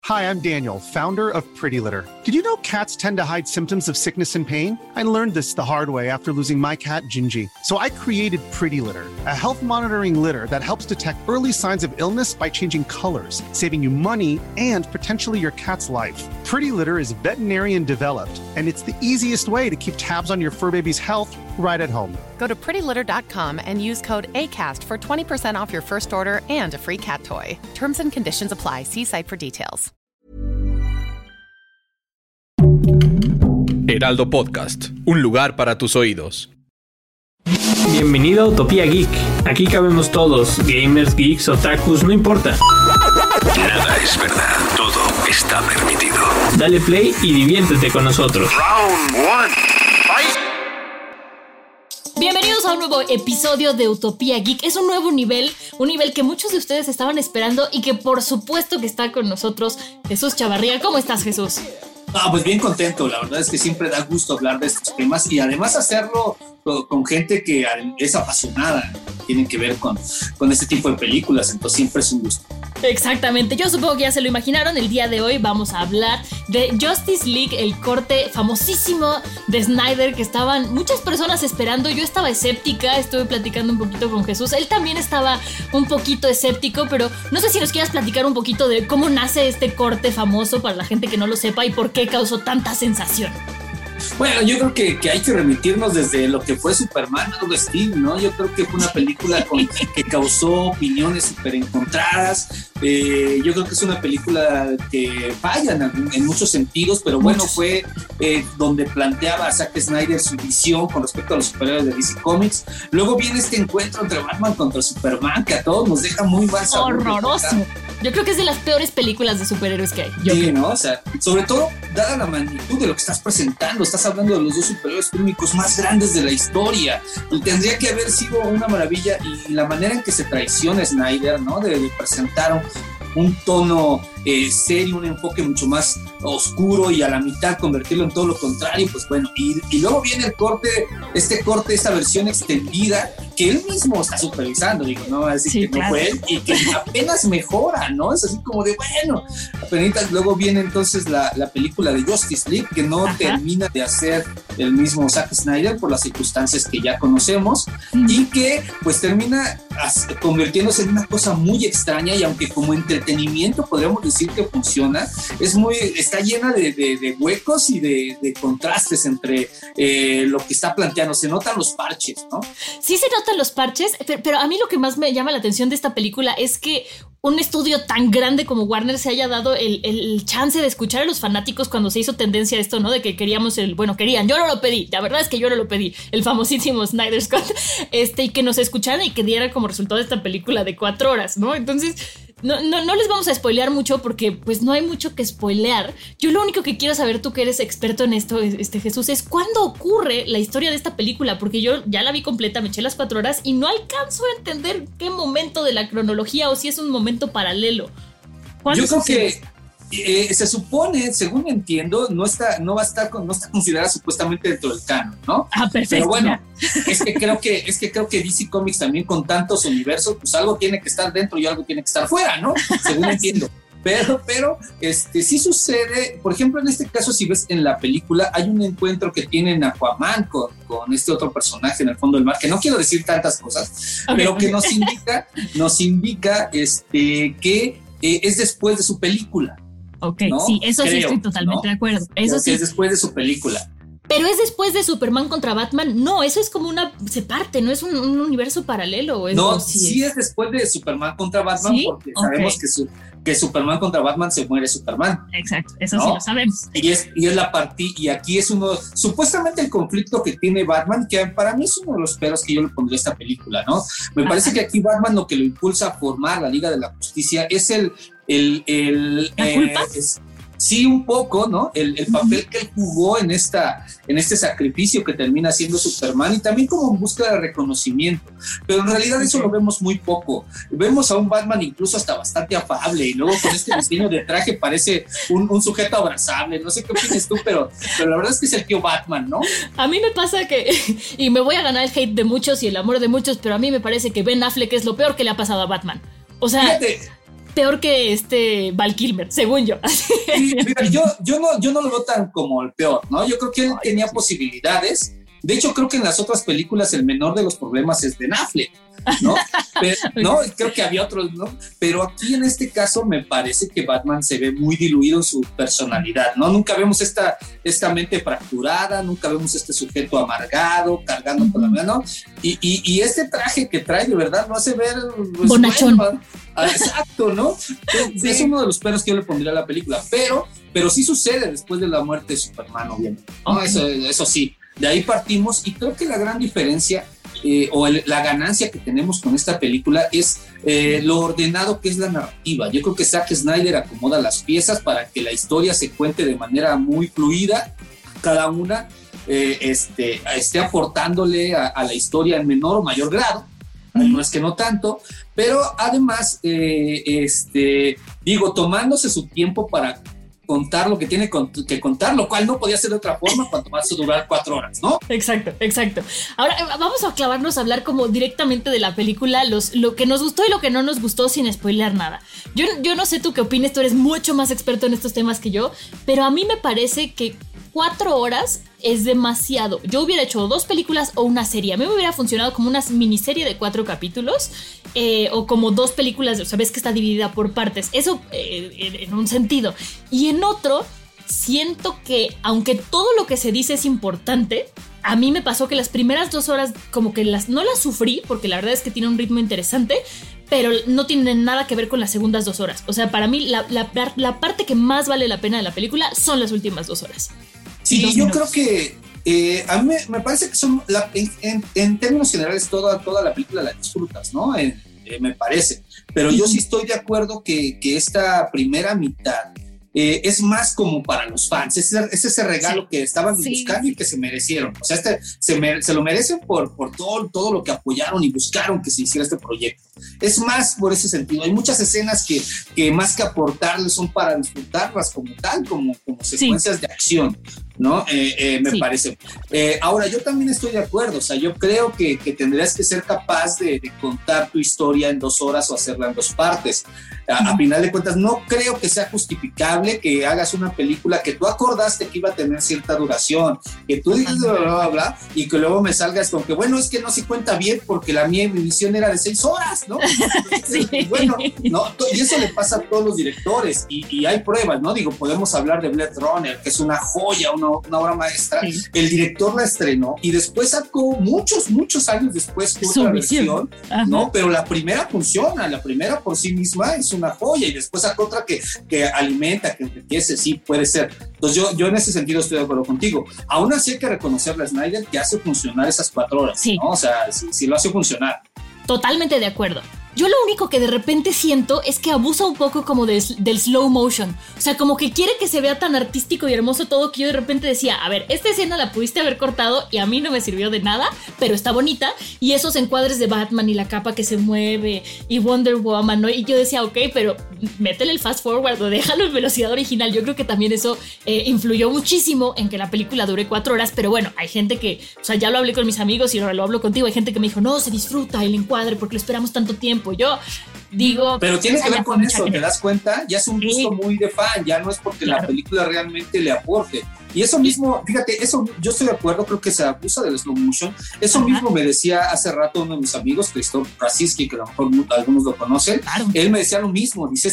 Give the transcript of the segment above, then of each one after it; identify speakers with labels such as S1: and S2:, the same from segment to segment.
S1: Hi, I'm Daniel, founder of Pretty Litter. Did you know cats tend to hide symptoms of sickness and pain? I learned this the hard way after losing my cat, Gingy. So I created Pretty Litter, a health monitoring litter that helps detect early signs of illness by changing colors, saving you money and potentially your cat's life. Pretty Litter is veterinarian developed, and it's the easiest way to keep tabs on your fur baby's health right at home.
S2: Go to prettylitter.com and use code ACAST for 20% off your first order and a free cat toy. Terms and conditions apply. See site for details.
S3: Heraldo Podcast, un lugar para tus oídos.
S4: Bienvenido a Utopía Geek. Aquí cabemos todos, gamers, geeks, otakus, no importa.
S5: Nada es verdad, todo está permitido.
S4: Dale play y diviértete con nosotros.
S5: Round 1, fight.
S6: Bienvenidos a un nuevo episodio de Utopía Geek. Es un nuevo nivel, un nivel que muchos de ustedes estaban esperando y que por supuesto que está con nosotros Jesús Chavarría. ¿Cómo estás, Jesús?
S7: Pues bien contento, la verdad es que siempre da gusto hablar de estos temas y además hacerlo con gente que es apasionada, tienen que ver con este tipo de películas, entonces siempre es un gusto.
S6: Exactamente, yo supongo que ya se lo imaginaron. El día de hoy vamos a hablar de Justice League, el corte famosísimo de Snyder que estaban muchas personas esperando. Yo estaba escéptica, estuve platicando un poquito con Jesús, él también estaba un poquito escéptico, pero no sé si nos quieras platicar un poquito de cómo nace este corte famoso para la gente que no lo sepa y por qué causó tanta sensación.
S7: Bueno, yo creo que hay que remitirnos desde lo que fue Superman of Steel, ¿no? Yo creo que fue una película que causó opiniones súper encontradas. Yo creo que es una película que falla en muchos sentidos, pero bueno, fue donde planteaba a Zack Snyder su visión con respecto a los superhéroes de DC Comics. Luego viene este encuentro entre Batman contra Superman, que a todos nos deja muy mal sabor.
S6: Horroroso. Yo creo que es de las peores películas de superhéroes que hay.
S7: Sí, ¿no? O sea, sobre todo, dada la magnitud de lo que estás presentando, estás hablando de los dos superhéroes cómicos más grandes de la historia. Y tendría que haber sido una maravilla. Y la manera en que se traiciona Snyder, ¿no? De presentar un tono serio, un enfoque mucho más oscuro y a la mitad convertirlo en todo lo contrario, pues bueno, y luego viene el corte, esta versión extendida que él mismo está supervisando, digo, no va a decir que no fue él, y que apenas mejora, ¿no? Es así como de, bueno, apenas luego viene entonces la película de Justice League, que no termina de hacer el mismo Zack Snyder por las circunstancias que ya conocemos, y que pues termina convirtiéndose en una cosa muy extraña, y aunque como entretenimiento podríamos decir que funciona, está llena de huecos y de contrastes entre lo que está planteando. Se notan los parches, ¿no?
S6: Sí se notan los parches, pero a mí lo que más me llama la atención de esta película es que un estudio tan grande como Warner se haya dado el chance de escuchar a los fanáticos cuando se hizo tendencia a esto, ¿no? De que queríamos querían, yo no lo pedí, la verdad es que yo no lo pedí, el famosísimo Snyder Cut, y que nos escucharan y que diera como resultado esta película de 4 horas, ¿no? Entonces, no les vamos a spoilear mucho porque pues no hay mucho que spoilear. Yo lo único que quiero saber, tú que eres experto en esto, Jesús, es cuándo ocurre la historia de esta película, porque yo ya la vi completa, me eché las 4 horas y no alcanzo a entender qué momento de la cronología o si es un momento paralelo.
S7: Yo creo que se supone, según entiendo, no está considerada supuestamente dentro del canon, ¿no?
S6: Perfecto.
S7: Pero bueno, es que creo que DC Comics también, con tantos universos, pues algo tiene que estar dentro y algo tiene que estar fuera, ¿no? Según entiendo. Pero sí sucede, por ejemplo, en este caso, si ves en la película, hay un encuentro que tienen Aquaman con este otro personaje en el fondo del mar, que no quiero decir tantas cosas, pero que nos indica que es después de su película.
S6: Ok,
S7: ¿no?
S6: sí, eso sí estoy totalmente de acuerdo. Eso sí.
S7: Es después de su película.
S6: Pero es después de Superman contra Batman. No, eso es como se parte, no es un universo paralelo.
S7: No, sí es después de Superman contra Batman, ¿sí? Porque sabemos que Superman contra Batman se muere Superman.
S6: Exacto, eso ¿no? Sí lo sabemos.
S7: Y es la partida, y aquí es supuestamente el conflicto que tiene Batman, que para mí es uno de los peros que yo le pondría a esta película, ¿no? Me parece que aquí Batman lo que lo impulsa a formar la Liga de la Justicia es
S6: ¿la culpa?
S7: Sí, un poco, ¿no? El papel que él jugó en este sacrificio que termina siendo Superman, y también como en busca de reconocimiento. Pero en realidad eso lo vemos muy poco. Vemos a un Batman incluso hasta bastante afable, y luego con este diseño de traje parece un sujeto abrazable. No sé qué opinas tú, pero la verdad es que es el tío Batman, ¿no?
S6: A mí me pasa que, y me voy a ganar el hate de muchos y el amor de muchos, pero a mí me parece que Ben Affleck es lo peor que le ha pasado a Batman. O sea...
S7: Fíjate,
S6: peor que Val Kilmer, según yo.
S7: Sí, mira, yo no lo veo tan como el peor, ¿no? Yo creo que él tenía posibilidades. De hecho, creo que en las otras películas el menor de los problemas es Ben Affleck, ¿no? Pero, no, creo que había otros, ¿no? Pero aquí en este caso me parece que Batman se ve muy diluido en su personalidad, ¿no? Nunca vemos esta mente fracturada, nunca vemos este sujeto amargado, cargando con la mano. Y este traje que trae, de verdad, lo hace ver... Pues,
S6: bonachón.
S7: Bueno, exacto, ¿no? Sí. Es uno de los peros que yo le pondría a la película, pero sí sucede después de la muerte de Superman, obviamente, ¿no? Okay. Eso sí. De ahí partimos y creo que la gran diferencia la ganancia que tenemos con esta película es lo ordenado que es la narrativa. Yo creo que Zack Snyder acomoda las piezas para que la historia se cuente de manera muy fluida, cada una esté aportándole a la historia en menor o mayor grado. No es que no tanto, pero además, tomándose su tiempo para contar lo que tiene que contar, lo cual no podía ser de otra forma cuando va a durar 4 horas, ¿no?
S6: Exacto. Ahora vamos a clavarnos a hablar como directamente de la película, lo que nos gustó y lo que no nos gustó sin spoilear nada. Yo no sé tú qué opinas, tú eres mucho más experto en estos temas que yo, pero a mí me parece que 4 horas es demasiado. Yo hubiera hecho 2 películas o una serie. A mí me hubiera funcionado como una miniserie de 4 capítulos o como 2 películas. O sea, ves que está dividida por partes. Eso en un sentido. Y en otro, siento que aunque todo lo que se dice es importante, a mí me pasó que las primeras 2 horas como que no las sufrí, porque la verdad es que tiene un ritmo interesante, pero no tienen nada que ver con las segundas 2 horas. O sea, para mí la parte que más vale la pena de la película son las últimas 2 horas.
S7: Sí, yo creo que a mí me parece que son, en términos generales, toda la película la disfrutas, ¿no? Me parece. Pero yo sí estoy de acuerdo que esta primera mitad es más como para los fans. Es ese regalo que estaban buscando y que se merecieron. O sea, se lo merecen por todo lo que apoyaron y buscaron que se hiciera este proyecto. Es más por ese sentido. Hay muchas escenas que más que aportarles son para disfrutarlas como tal, como secuencias de acción, ¿no? Me parece. Ahora, yo también estoy de acuerdo. O sea, yo creo que tendrías que ser capaz de contar tu historia en 2 horas o hacerla en 2 partes. A final de cuentas, no creo que sea justificable que hagas una película que tú acordaste que iba a tener cierta duración, que tú dices bla, bla, bla, y que luego me salgas con que, bueno, es que no se cuenta bien porque mi misión era de 6 horas, ¿no? Entonces, bueno, ¿no? Y eso le pasa a todos los directores, y hay pruebas, ¿no? Digo, podemos hablar de Blade Runner, que es una joya, una obra maestra. Sí. El director la estrenó y después sacó muchos años después otra versión, ¿no? Pero la primera funciona, la primera por sí misma es una joya, y después sacó otra que alimenta, que enriquece, sí, puede ser. Entonces yo en ese sentido estoy de acuerdo contigo. Aún así hay que reconocerle a Snyder que hace funcionar esas 4 horas, sí, ¿no? O sea, sí lo hace funcionar.
S6: Totalmente de acuerdo. Yo lo único que de repente siento es que abusa un poco como del slow motion. O sea, como que quiere que se vea tan artístico y hermoso todo que yo de repente decía, a ver, esta escena la pudiste haber cortado y a mí no me sirvió de nada, pero está bonita. Y esos encuadres de Batman y la capa que se mueve y Wonder Woman, ¿no? Y yo decía, ok, pero métele el fast forward o déjalo en velocidad original. Yo creo que también eso influyó muchísimo en que la película dure 4 horas. Pero bueno, hay gente que, o sea, ya lo hablé con mis amigos y ahora lo hablo contigo. Hay gente que me dijo, no, se disfruta el encuadre porque lo esperamos tanto tiempo. Yo digo...
S7: Pero tiene que ver con eso, ¿te das cuenta? Ya es un gusto muy de fan, ya no es porque la película realmente le aporte. Y eso mismo, fíjate, eso yo estoy de acuerdo, creo que se abusa del slow motion. Eso mismo me decía hace rato uno de mis amigos, Christoph Krasinski, que a lo mejor algunos lo conocen. Claro. Él me decía lo mismo, dice,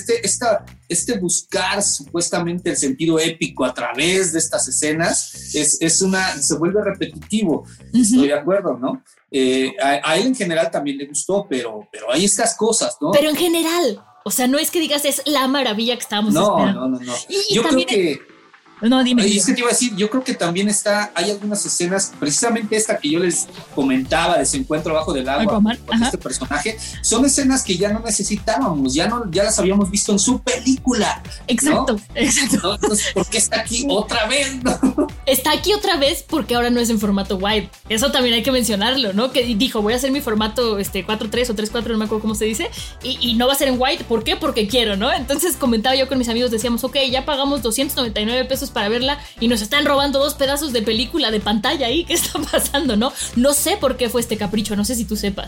S7: este buscar supuestamente el sentido épico a través de estas escenas se vuelve repetitivo. Estoy de acuerdo, ¿no? A él en general también le gustó, pero hay estas cosas, ¿no?
S6: Pero en general, o sea, no es que digas es la maravilla que estábamos esperando.
S7: No. Yo creo que...
S6: No, dime.
S7: Es que te iba a decir, yo creo que también hay algunas escenas, precisamente esta que yo les comentaba de ese encuentro bajo del agua con este personaje, son escenas que ya no necesitábamos, ya las habíamos visto en su película.
S6: Exacto,
S7: ¿no?
S6: exacto.
S7: ¿No? Entonces, ¿por qué está aquí otra vez? ¿No?
S6: Está aquí otra vez porque ahora no es en formato wide. Eso también hay que mencionarlo, ¿no? Que dijo, voy a hacer mi formato 4:3 o 3:4, no me acuerdo cómo se dice, y no va a ser en wide. ¿Por qué? Porque quiero, ¿no? Entonces comentaba yo con mis amigos, decíamos, ok, ya pagamos $299 para verla y nos están robando 2 pedazos de película de pantalla ahí. ¿Qué está pasando, no? No sé por qué fue este capricho, no sé si tú sepas.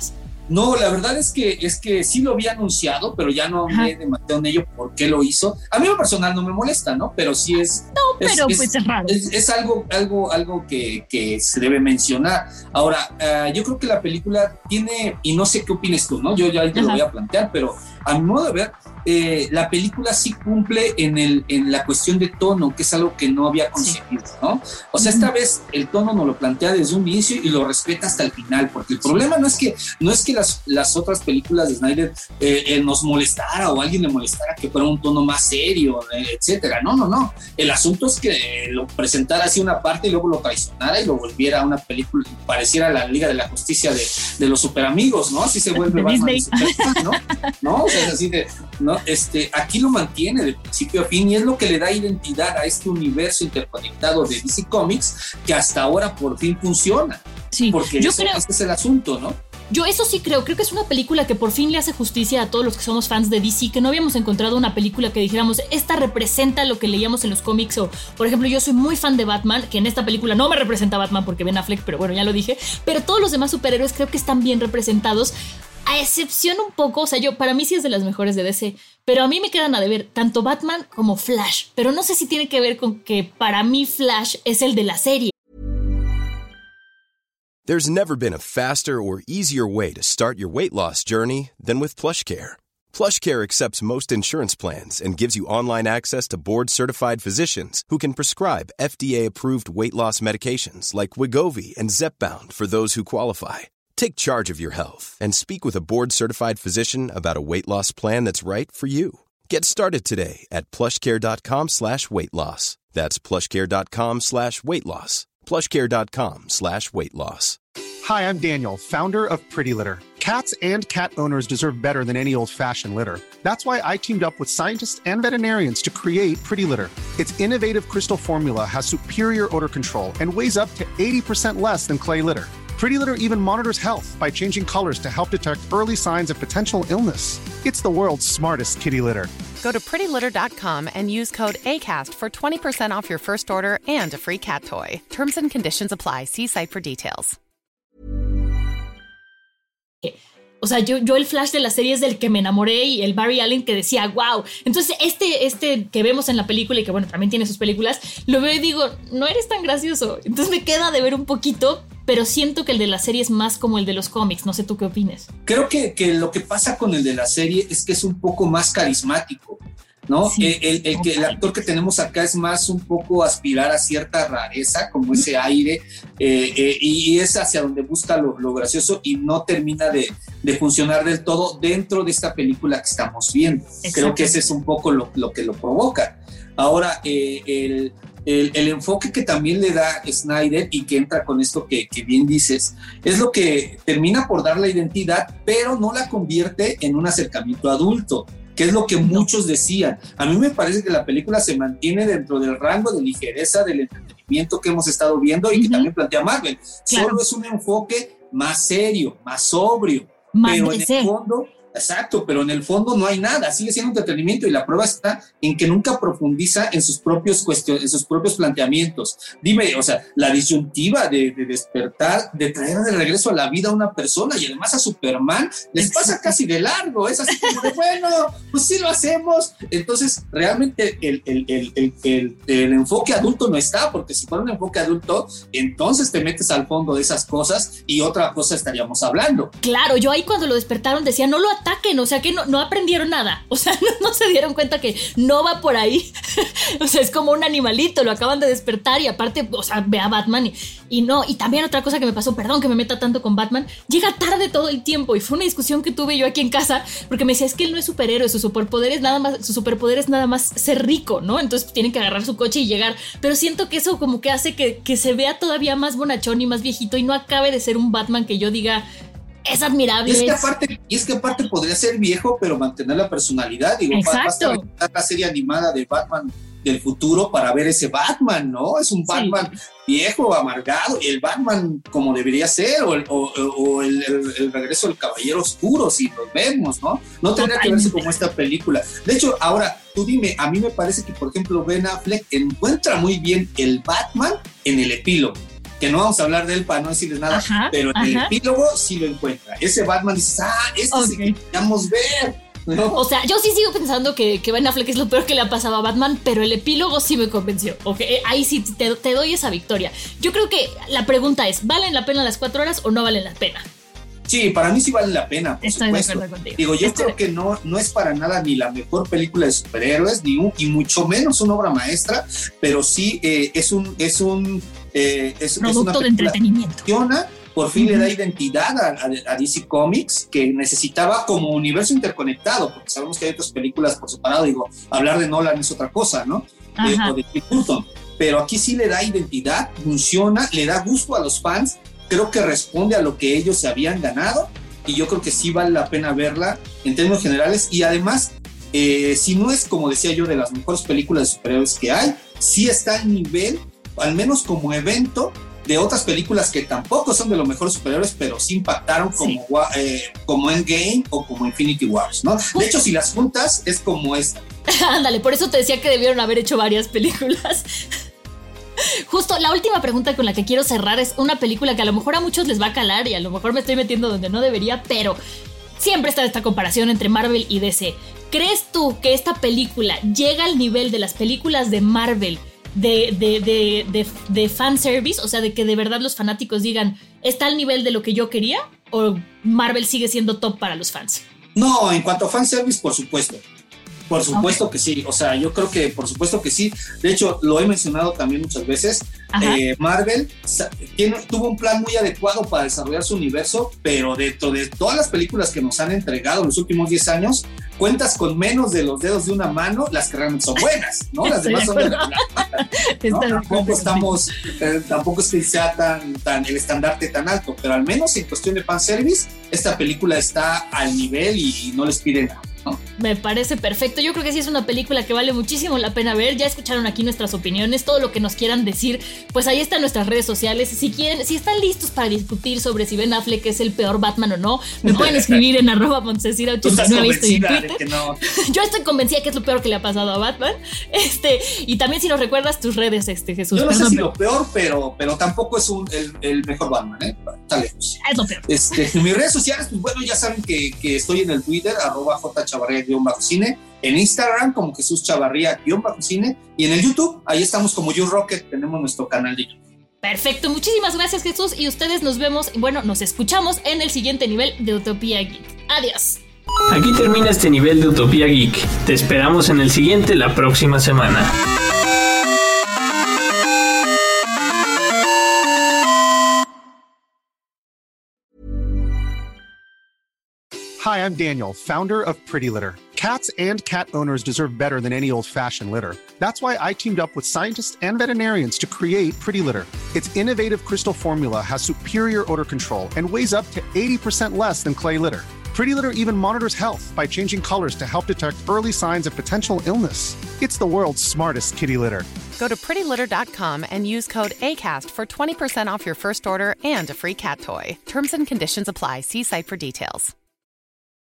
S7: No, la verdad es que sí lo había anunciado, pero ya no hablé demasiado en ello por qué lo hizo. A mí en lo personal no me molesta, ¿no? Pero sí es...
S6: No, pero pues es raro.
S7: Es algo que se debe mencionar. Ahora, yo creo que la película tiene, y no sé qué opines tú, ¿no? Yo ya te lo voy a plantear, pero a mi modo de ver, la película sí cumple en la cuestión de tono, que es algo que no había conseguido, ¿no? O sea, esta vez el tono nos lo plantea desde un inicio y lo respeta hasta el final, porque el problema no es que las otras películas de Snyder nos molestara o alguien le molestara que fuera un tono más serio, etcétera. No. El asunto es que lo presentara así una parte y luego lo traicionara y lo volviera a una película, pareciera la Liga de la Justicia de los superamigos, ¿no? Así se vuelve Batman y Superman, ¿no? O sea, es así de... ¿no? Aquí lo mantiene de principio a fin y es lo que le da identidad a este universo interconectado de DC Comics que hasta ahora por fin funciona. Sí, porque ese es el asunto, ¿no?
S6: Yo eso sí creo que es una película que por fin le hace justicia a todos los que somos fans de DC, que no habíamos encontrado una película que dijéramos, esta representa lo que leíamos en los cómics, o por ejemplo yo soy muy fan de Batman, que en esta película no me representa Batman porque Ben Affleck, pero bueno, ya lo dije, pero todos los demás superhéroes creo que están bien representados, a excepción un poco, o sea, para mí sí es de las mejores de DC, pero a mí me quedan a deber tanto Batman como Flash, pero no sé si tiene que ver con que para mí Flash es el de la serie.
S8: There's never been a faster or easier way to start your weight loss journey than with PlushCare. PlushCare accepts most insurance plans and gives you online access to board-certified physicians who can prescribe FDA-approved weight loss medications like Wegovy and Zepbound for those who qualify. Take charge of your health and speak with a board-certified physician about a weight loss plan that's right for you. Get started today at plushcare.com/weight-loss. That's plushcare.com/weight-loss. plushcare.com/weight-loss.
S1: Hi, I'm Daniel, founder of Pretty Litter. Cats and cat owners deserve better than any old-fashioned litter. That's why I teamed up with scientists and veterinarians to create Pretty Litter. Its innovative crystal formula has superior odor control and weighs up to 80% less than clay litter. Pretty Litter even monitors health by changing colors to help detect early signs of potential illness. It's the world's smartest kitty litter.
S2: Go to prettylitter.com and use code ACAST for 20% off your first order and a free cat toy. Terms and conditions apply. See site for details.
S6: O sea, yo el Flash de la serie es del que me enamoré y el Barry Allen que decía, wow. Entonces este que vemos en la película y que bueno, también tiene sus películas, lo veo y digo, no eres tan gracioso. Entonces me queda de ver un poquito, pero siento que el de la serie es más como el de los cómics. No sé tú qué opines.
S7: Creo que lo que pasa con el de la serie es que es un poco más carismático, ¿no? Sí, el actor que tenemos acá es más un poco aspirar a cierta rareza, como ese aire, y es hacia donde busca lo gracioso y no termina de funcionar del todo dentro de esta película que estamos viendo. Creo que ese es un poco lo que lo provoca. Ahora, el enfoque que también le da Snyder y que entra con esto que bien dices, es lo que termina por dar la identidad, pero no la convierte en un acercamiento adulto, que es lo que muchos decían. A mí me parece que la película se mantiene dentro del rango de ligereza del entretenimiento que hemos estado viendo y que también plantea Marvel. Claro. Solo es un enfoque más serio, más sobrio, pero en el fondo... Exacto, pero en el fondo no hay nada, sigue siendo entretenimiento y la prueba está en que nunca profundiza en sus propios planteamientos. Dime, o sea, la disyuntiva de despertar, de traer de regreso a la vida a una persona y además a Superman, les pasa casi de largo, es así como de, bueno, pues sí lo hacemos. Entonces, realmente el enfoque adulto no está, porque si fuera un enfoque adulto, entonces te metes al fondo de esas cosas y otra cosa estaríamos hablando.
S6: Claro, yo ahí cuando lo despertaron decía, no lo ataquen, o sea que no aprendieron nada, o sea, no se dieron cuenta que no va por ahí. O sea, es como un animalito, lo acaban de despertar y aparte, o sea, ve a Batman y no, y también otra cosa que me pasó, perdón que me meta tanto con Batman, llega tarde todo el tiempo y fue una discusión que tuve yo aquí en casa porque me decía, es que él no es superhéroe, su superpoder es nada más ser rico, ¿no? Entonces tienen que agarrar su coche y llegar, pero siento que eso como que hace que se vea todavía más bonachón y más viejito y no acabe de ser un Batman que yo diga, es admirable.
S7: Y es que aparte podría ser viejo, pero mantener la personalidad. Digo, basta ver la serie animada de Batman del futuro para ver ese Batman, ¿no? Es un Batman viejo, amargado, y el Batman como debería ser, o el regreso del Caballero Oscuro, si lo vemos, ¿no? No tendría que verse como esta película. De hecho, ahora, tú dime, a mí me parece que, por ejemplo, Ben Affleck encuentra muy bien el Batman en el epílogo. que no vamos a hablar de él para no decirles nada, pero en el epílogo sí lo encuentra. Ese Batman dices, es el que queríamos ver, ¿no?
S6: O sea, yo sí sigo pensando que Ben Affleck es lo peor que le ha pasado a Batman, pero el epílogo sí me convenció. Ahí sí te doy esa victoria. Yo creo que la pregunta es, ¿valen la pena las 4 horas o no valen la pena?
S7: Sí, para mí sí vale la pena, por
S6: Estoy
S7: supuesto.
S6: de acuerdo contigo.
S7: Digo, yo creo que no es para nada ni la mejor película de superhéroes, y mucho menos una obra maestra, pero sí es una
S6: producto de entretenimiento.
S7: Por fin le da identidad a DC Comics, que necesitaba como universo interconectado, porque sabemos que hay otras películas por separado. Digo, hablar de Nolan es otra cosa, ¿no? O de Tim Burton. Pero aquí sí le da identidad, funciona, le da gusto a los fans. Creo que responde a lo que ellos se habían ganado, y yo creo que sí vale la pena verla en términos generales. Y además, si no es, como decía yo, de las mejores películas de superhéroes que hay, sí está al nivel, al menos como evento, de otras películas que tampoco son de los mejores superhéroes, pero sí impactaron como Endgame o como Infinity Wars, ¿no? De hecho, si las juntas, es como esta.
S6: Ándale, por eso te decía que debieron haber hecho varias películas. Justo la última pregunta con la que quiero cerrar es una película que a lo mejor a muchos les va a calar y a lo mejor me estoy metiendo donde no debería, pero siempre está esta comparación entre Marvel y DC. ¿Crees tú que esta película llega al nivel de las películas de Marvel de fanservice? O sea, de que de verdad los fanáticos digan, ¿está al nivel de lo que yo quería? ¿O Marvel sigue siendo top para los fans?
S7: No, en cuanto a fanservice, por supuesto. Por supuesto que sí, o sea, yo creo que por supuesto que sí. De hecho, lo he mencionado también muchas veces. Marvel tuvo un plan muy adecuado para desarrollar su universo, pero dentro de todas las películas que nos han entregado en los últimos 10 años, cuentas con menos de los dedos de una mano las que realmente son buenas, ¿no? Las demás son de la ¿no? Tampoco es que sea tan el estandarte tan alto, pero al menos en cuestión de fanservice, esta película está al nivel y no les pide nada. ¿No?
S6: Me parece perfecto. Yo creo que sí es una película que vale muchísimo la pena ver. Ya escucharon aquí nuestras opiniones, todo lo que nos quieran decir, pues ahí están nuestras redes sociales. Si están listos para discutir sobre si Ben Affleck es el peor Batman o no, me pueden escribir en @Montesira89. Estoy en Twitter. No. Yo estoy convencida que es lo peor que le ha pasado a Batman. Y también si nos recuerdas tus redes, Jesús.
S7: Yo no sé si lo peor, pero tampoco es el mejor Batman, está lejos.
S6: Es lo peor.
S7: En mis redes sociales, pues bueno, ya saben que estoy en el Twitter, @JChavarría_cine, en Instagram como Jesús Chavarría_cine, y en el YouTube, ahí estamos como YouRocket, tenemos nuestro canal de YouTube.
S6: Perfecto, muchísimas gracias, Jesús, y ustedes nos escuchamos en el siguiente nivel de Utopía Geek. Adiós.
S4: Aquí termina este nivel de Utopía Geek. Te esperamos en el siguiente la próxima semana.
S1: Hi, I'm Daniel, founder of Pretty Litter. Cats and cat owners deserve better than any old-fashioned litter. That's why I teamed up with scientists and veterinarians to create Pretty Litter. Its innovative crystal formula has superior odor control and weighs up to 80% less than clay litter. Pretty Litter even monitors health by changing colors to help detect early signs of potential illness. It's the world's smartest kitty litter.
S2: Go to prettylitter.com and use code ACAST for 20% off your first order and a free cat toy. Terms and conditions apply. See site for details.